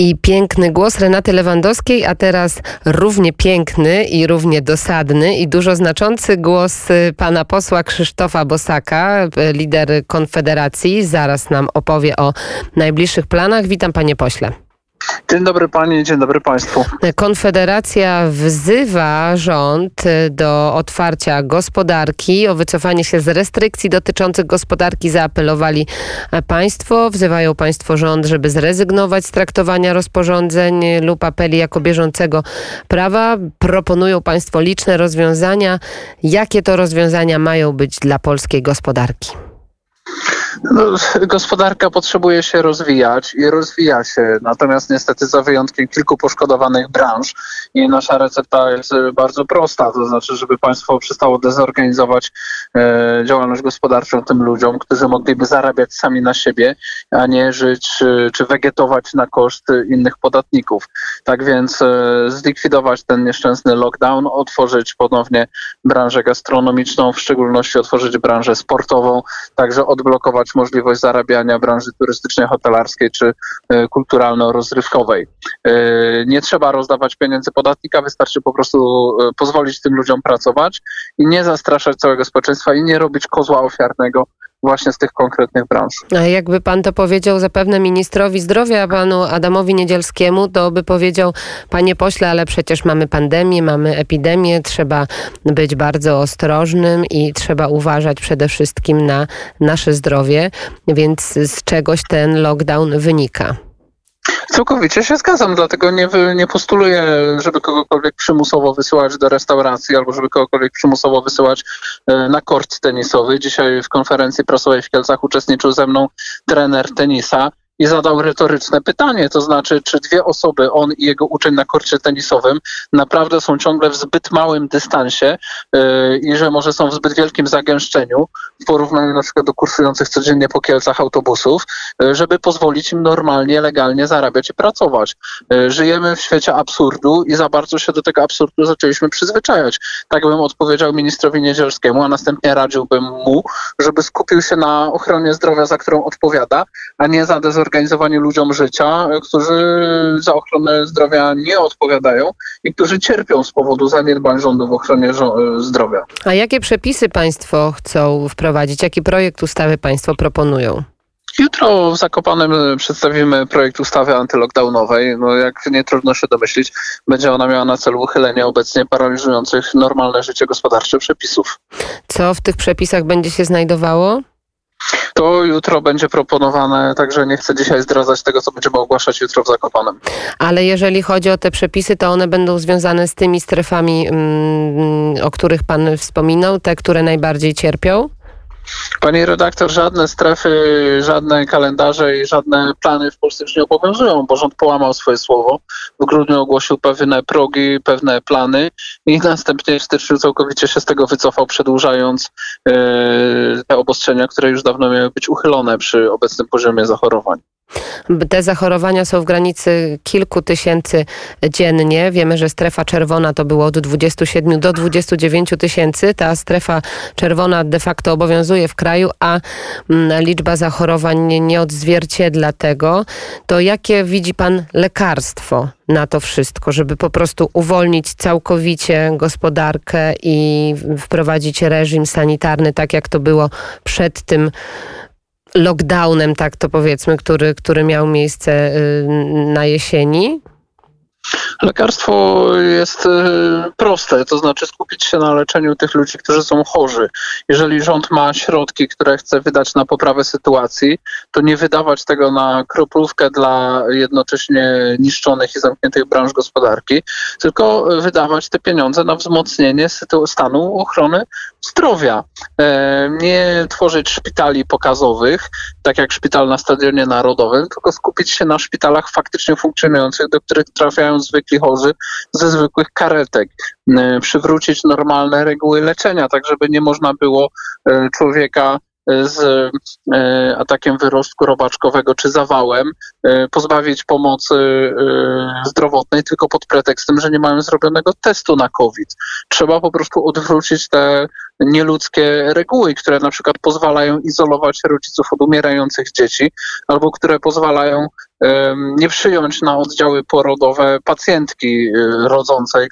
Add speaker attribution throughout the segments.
Speaker 1: I piękny głos Renaty Lewandowskiej, a teraz równie piękny i równie dosadny i dużo znaczący głos pana posła Krzysztofa Bosaka, lider Konfederacji. Zaraz nam opowie o najbliższych planach. Witam, panie pośle.
Speaker 2: Dzień dobry pani, dzień dobry państwu.
Speaker 1: Konfederacja wzywa rząd do otwarcia gospodarki. O wycofanie się z restrykcji dotyczących gospodarki zaapelowali państwo. Wzywają państwo rząd, żeby zrezygnować z traktowania rozporządzeń lub apeli jako bieżącego prawa. Proponują państwo liczne rozwiązania. Jakie to rozwiązania mają być dla polskiej gospodarki?
Speaker 2: Gospodarka potrzebuje się rozwijać i rozwija się, natomiast niestety za wyjątkiem kilku poszkodowanych branż i nasza recepta jest bardzo prosta, to znaczy, żeby państwo przestało dezorganizować działalność gospodarczą tym ludziom, którzy mogliby zarabiać sami na siebie, a nie żyć czy wegetować na koszt innych podatników. Tak więc zlikwidować ten nieszczęsny lockdown, otworzyć ponownie branżę gastronomiczną, w szczególności otworzyć branżę sportową, także odblokować możliwość zarabiania branży turystycznej, hotelarskiej czy kulturalno-rozrywkowej. Nie trzeba rozdawać pieniędzy podatnika, wystarczy po prostu pozwolić tym ludziom pracować i nie zastraszać całego społeczeństwa i nie robić kozła ofiarnego właśnie z tych konkretnych branż.
Speaker 1: A jakby pan to powiedział zapewne ministrowi zdrowia, panu Adamowi Niedzielskiemu, to by powiedział: panie pośle, ale przecież mamy pandemię, mamy epidemię, trzeba być bardzo ostrożnym i trzeba uważać przede wszystkim na nasze zdrowie, więc z czegoś ten lockdown wynika.
Speaker 2: Całkowicie się zgadzam, dlatego nie postuluję, żeby kogokolwiek przymusowo wysyłać do restauracji albo żeby kogokolwiek przymusowo wysyłać na kort tenisowy. Dzisiaj w konferencji prasowej w Kielcach uczestniczył ze mną trener tenisa i zadał retoryczne pytanie, to znaczy, czy dwie osoby, on i jego uczeń na korcie tenisowym, naprawdę są ciągle w zbyt małym dystansie i że może są w zbyt wielkim zagęszczeniu w porównaniu na przykład do kursujących codziennie po Kielcach autobusów, żeby pozwolić im normalnie, legalnie zarabiać i pracować. Żyjemy w świecie absurdu i za bardzo się do tego absurdu zaczęliśmy przyzwyczajać. Tak bym odpowiedział ministrowi Niedzielskiemu, a następnie radziłbym mu, żeby skupił się na ochronie zdrowia, za którą odpowiada, a nie za dezorganizowaniu ludziom życia, którzy za ochronę zdrowia nie odpowiadają i którzy cierpią z powodu zaniedbań rządu w ochronie zdrowia.
Speaker 1: A jakie przepisy państwo chcą wprowadzić? Jaki projekt ustawy państwo proponują?
Speaker 2: Jutro w Zakopanem przedstawimy projekt ustawy antylockdownowej. Jak nie trudno się domyślić, będzie ona miała na celu uchylenie obecnie paraliżujących normalne życie gospodarcze przepisów.
Speaker 1: Co w tych przepisach będzie się znajdowało?
Speaker 2: To jutro będzie proponowane, także nie chcę dzisiaj zdradzać tego, co będziemy ogłaszać jutro w Zakopanem.
Speaker 1: Ale jeżeli chodzi o te przepisy, to one będą związane z tymi strefami, o których pan wspominał, te, które najbardziej cierpią?
Speaker 2: Pani redaktor, żadne strefy, żadne kalendarze i żadne plany w Polsce już nie obowiązują, bo rząd połamał swoje słowo. W grudniu ogłosił pewne progi, pewne plany i następnie w styczniu całkowicie się z tego wycofał, przedłużając te obostrzenia, które już dawno miały być uchylone przy obecnym poziomie zachorowań.
Speaker 1: Te zachorowania są w granicy kilku tysięcy dziennie. Wiemy, że strefa czerwona to było od 27 do 29 tysięcy. Ta strefa czerwona de facto obowiązuje w kraju, a liczba zachorowań nie odzwierciedla tego. To jakie widzi pan lekarstwo na to wszystko, żeby po prostu uwolnić całkowicie gospodarkę i wprowadzić reżim sanitarny, tak jak to było przed tym lockdownem, tak to powiedzmy, który miał miejsce na jesieni?
Speaker 2: Lekarstwo jest proste, to znaczy skupić się na leczeniu tych ludzi, którzy są chorzy. Jeżeli rząd ma środki, które chce wydać na poprawę sytuacji, to nie wydawać tego na kroplówkę dla jednocześnie niszczonych i zamkniętych branż gospodarki, tylko wydawać te pieniądze na wzmocnienie stanu ochrony zdrowia. Nie tworzyć szpitali pokazowych, tak jak szpital na Stadionie Narodowym, tylko skupić się na szpitalach faktycznie funkcjonujących, do których trafiają zwykli chorzy ze zwykłych karetek. Przywrócić normalne reguły leczenia, tak żeby nie można było człowieka z atakiem wyrostku robaczkowego czy zawałem pozbawić pomocy zdrowotnej tylko pod pretekstem, że nie mają zrobionego testu na COVID. Trzeba po prostu odwrócić te nieludzkie reguły, które na przykład pozwalają izolować rodziców od umierających dzieci albo które pozwalają nie przyjąć na oddziały porodowe pacjentki rodzącej,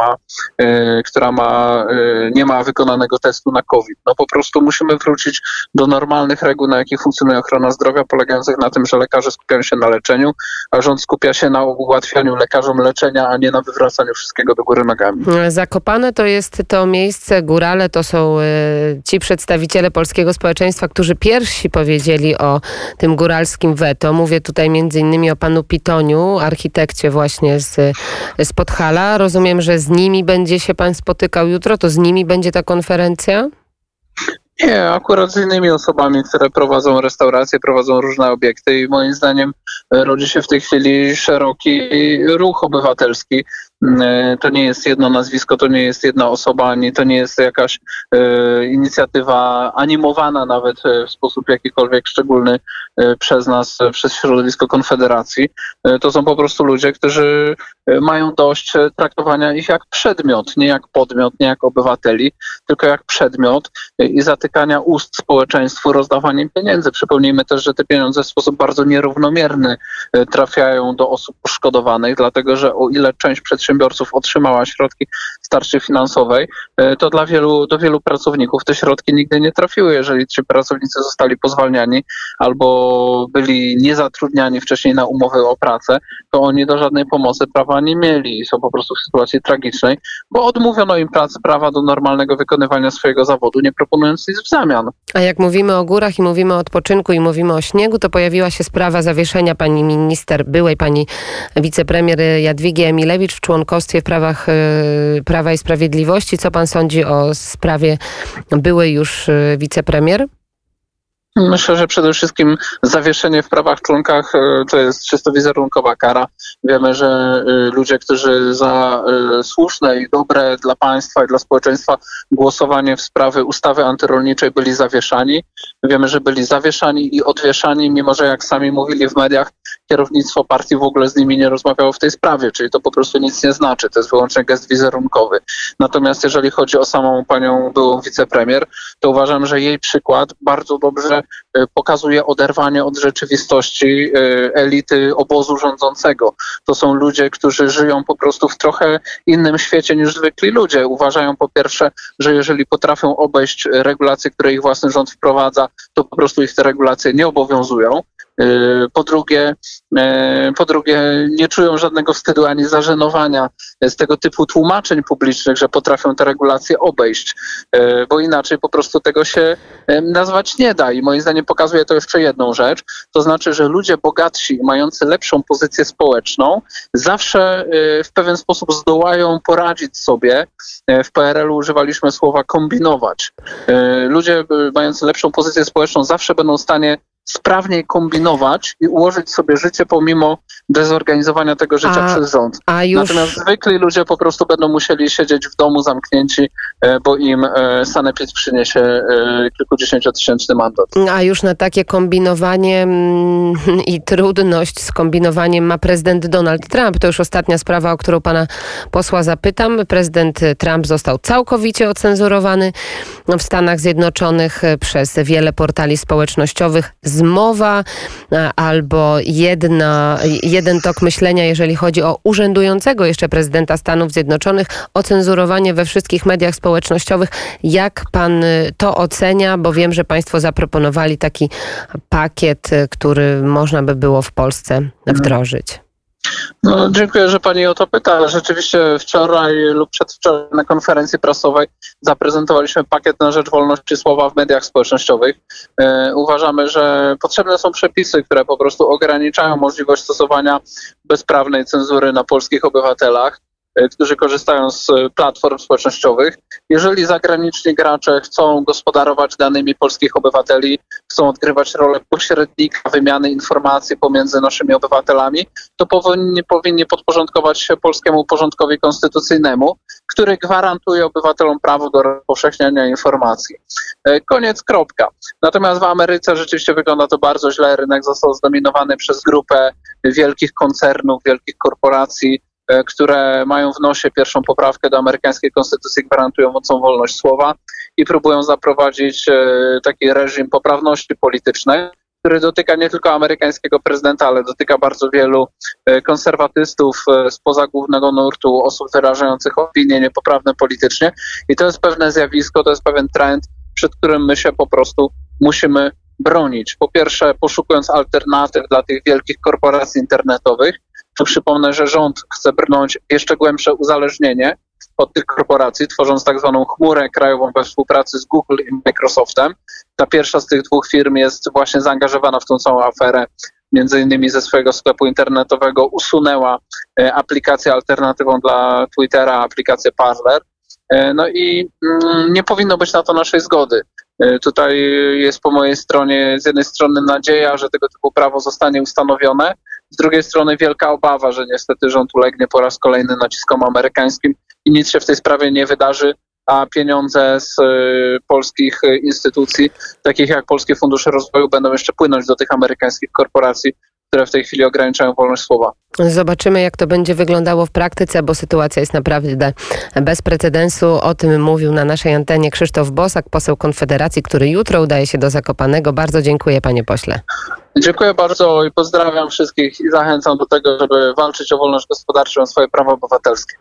Speaker 2: która nie ma wykonanego testu na COVID. No po prostu musimy wrócić do normalnych reguł, na jakich funkcjonuje ochrona zdrowia, polegających na tym, że lekarze skupiają się na leczeniu, a rząd skupia się na ułatwianiu lekarzom leczenia, a nie na wywracaniu wszystkiego do góry nogami.
Speaker 1: Zakopane to jest to miejsce, górale to są ci przedstawiciele polskiego społeczeństwa, którzy pierwsi powiedzieli o tym góralskim weto. Mówię tutaj między innymi o panu Pitoniu, architekcie właśnie z Podhala. Rozumiem, że z nimi będzie się pan spotykał jutro, to z nimi będzie ta konferencja?
Speaker 2: Nie, akurat z innymi osobami, które prowadzą restauracje, prowadzą różne obiekty i moim zdaniem rodzi się w tej chwili szeroki ruch obywatelski. To nie jest jedno nazwisko, to nie jest jedna osoba, ani to nie jest jakaś inicjatywa animowana nawet w sposób jakikolwiek szczególny przez nas, przez środowisko Konfederacji. To są po prostu ludzie, którzy mają dość traktowania ich jak przedmiot, nie jak podmiot, nie jak obywateli, tylko jak przedmiot i zatykania ust społeczeństwu rozdawaniem pieniędzy. Przypomnijmy też, że te pieniądze w sposób bardzo nierównomierny trafiają do osób poszkodowanych, dlatego że o ile część przedsiębiorców otrzymała środki z tarczy finansowej, to do wielu pracowników te środki nigdy nie trafiły. Jeżeli ci pracownicy zostali pozwalniani albo byli niezatrudniani wcześniej na umowy o pracę, to oni do żadnej pomocy prawa nie mieli i są po prostu w sytuacji tragicznej, bo odmówiono im prawa do normalnego wykonywania swojego zawodu, nie proponując nic w zamian.
Speaker 1: A jak mówimy o górach i mówimy o odpoczynku i mówimy o śniegu, to pojawiła się sprawa zawieszenia pani minister, byłej pani wicepremier Jadwigi Emilewicz w członkostwie w Prawa i Sprawiedliwości. Co pan sądzi o sprawie byłej już wicepremier?
Speaker 2: Myślę, że przede wszystkim zawieszenie w prawach członkach to jest czysto wizerunkowa kara. Wiemy, że ludzie, którzy za słuszne i dobre dla państwa i dla społeczeństwa głosowanie w sprawie ustawy antyrolniczej byli zawieszani. Wiemy, że byli zawieszani i odwieszani, mimo że jak sami mówili w mediach, kierownictwo partii w ogóle z nimi nie rozmawiało w tej sprawie, czyli to po prostu nic nie znaczy, to jest wyłącznie gest wizerunkowy. Natomiast jeżeli chodzi o samą panią byłą wicepremier, to uważam, że jej przykład bardzo dobrze pokazuje oderwanie od rzeczywistości elity obozu rządzącego. To są ludzie, którzy żyją po prostu w trochę innym świecie niż zwykli ludzie. Uważają po pierwsze, że jeżeli potrafią obejść regulacje, które ich własny rząd wprowadza, to po prostu ich te regulacje nie obowiązują. Po drugie, nie czują żadnego wstydu ani zażenowania z tego typu tłumaczeń publicznych, że potrafią te regulacje obejść, bo inaczej po prostu tego się nazwać nie da. I moim zdaniem pokazuje to jeszcze jedną rzecz, to znaczy, że ludzie bogatsi, mający lepszą pozycję społeczną, zawsze w pewien sposób zdołają poradzić sobie. W PRL-u używaliśmy słowa kombinować. Ludzie mający lepszą pozycję społeczną zawsze będą w stanie sprawniej kombinować i ułożyć sobie życie pomimo dezorganizowania tego życia przez rząd. Natomiast zwykli ludzie po prostu będą musieli siedzieć w domu zamknięci, bo im sanepid przyniesie kilkudziesięciotysięczny mandat.
Speaker 1: A już na takie kombinowanie i trudność z kombinowaniem ma prezydent Donald Trump. To już ostatnia sprawa, o którą pana posła zapytam. Prezydent Trump został całkowicie ocenzurowany w Stanach Zjednoczonych przez wiele portali społecznościowych. Zmowa albo jeden tok myślenia, jeżeli chodzi o urzędującego jeszcze prezydenta Stanów Zjednoczonych, ocenzurowanie we wszystkich mediach społecznościowych. Jak pan to ocenia? Bo wiem, że państwo zaproponowali taki pakiet, który można by było w Polsce wdrożyć.
Speaker 2: No, dziękuję, że pani o to pyta. Rzeczywiście wczoraj lub przedwczoraj na konferencji prasowej zaprezentowaliśmy pakiet na rzecz wolności słowa w mediach społecznościowych. Uważamy, że potrzebne są przepisy, które po prostu ograniczają możliwość stosowania bezprawnej cenzury na polskich obywatelach, którzy korzystają z platform społecznościowych. Jeżeli zagraniczni gracze chcą gospodarować danymi polskich obywateli, chcą odgrywać rolę pośrednika wymiany informacji pomiędzy naszymi obywatelami, to powinni podporządkować się polskiemu porządkowi konstytucyjnemu, który gwarantuje obywatelom prawo do rozpowszechniania informacji. Koniec, kropka. Natomiast w Ameryce rzeczywiście wygląda to bardzo źle. Rynek został zdominowany przez grupę wielkich koncernów, wielkich korporacji, które mają w nosie pierwszą poprawkę do amerykańskiej konstytucji gwarantującą wolność słowa i próbują zaprowadzić taki reżim poprawności politycznej, który dotyka nie tylko amerykańskiego prezydenta, ale dotyka bardzo wielu konserwatystów spoza głównego nurtu, osób wyrażających opinie niepoprawne politycznie. I to jest pewne zjawisko, to jest pewien trend, przed którym my się po prostu musimy bronić. Po pierwsze, poszukując alternatyw dla tych wielkich korporacji internetowych. To przypomnę, że rząd chce brnąć w jeszcze głębsze uzależnienie od tych korporacji, tworząc tak zwaną chmurę krajową we współpracy z Google i Microsoftem. Ta pierwsza z tych dwóch firm jest właśnie zaangażowana w tą całą aferę. Między innymi ze swojego sklepu internetowego usunęła aplikację alternatywą dla Twittera, aplikację Parler. No i nie powinno być na to naszej zgody. Tutaj jest po mojej stronie z jednej strony nadzieja, że tego typu prawo zostanie ustanowione, z drugiej strony wielka obawa, że niestety rząd ulegnie po raz kolejny naciskom amerykańskim i nic się w tej sprawie nie wydarzy, a pieniądze z polskich instytucji, takich jak Polski Fundusz Rozwoju, będą jeszcze płynąć do tych amerykańskich korporacji, które w tej chwili ograniczają wolność słowa.
Speaker 1: Zobaczymy, jak to będzie wyglądało w praktyce, bo sytuacja jest naprawdę bez precedensu. O tym mówił na naszej antenie Krzysztof Bosak, poseł Konfederacji, który jutro udaje się do Zakopanego. Bardzo dziękuję, panie pośle.
Speaker 2: Dziękuję bardzo i pozdrawiam wszystkich i zachęcam do tego, żeby walczyć o wolność gospodarczą, o swoje prawa obywatelskie.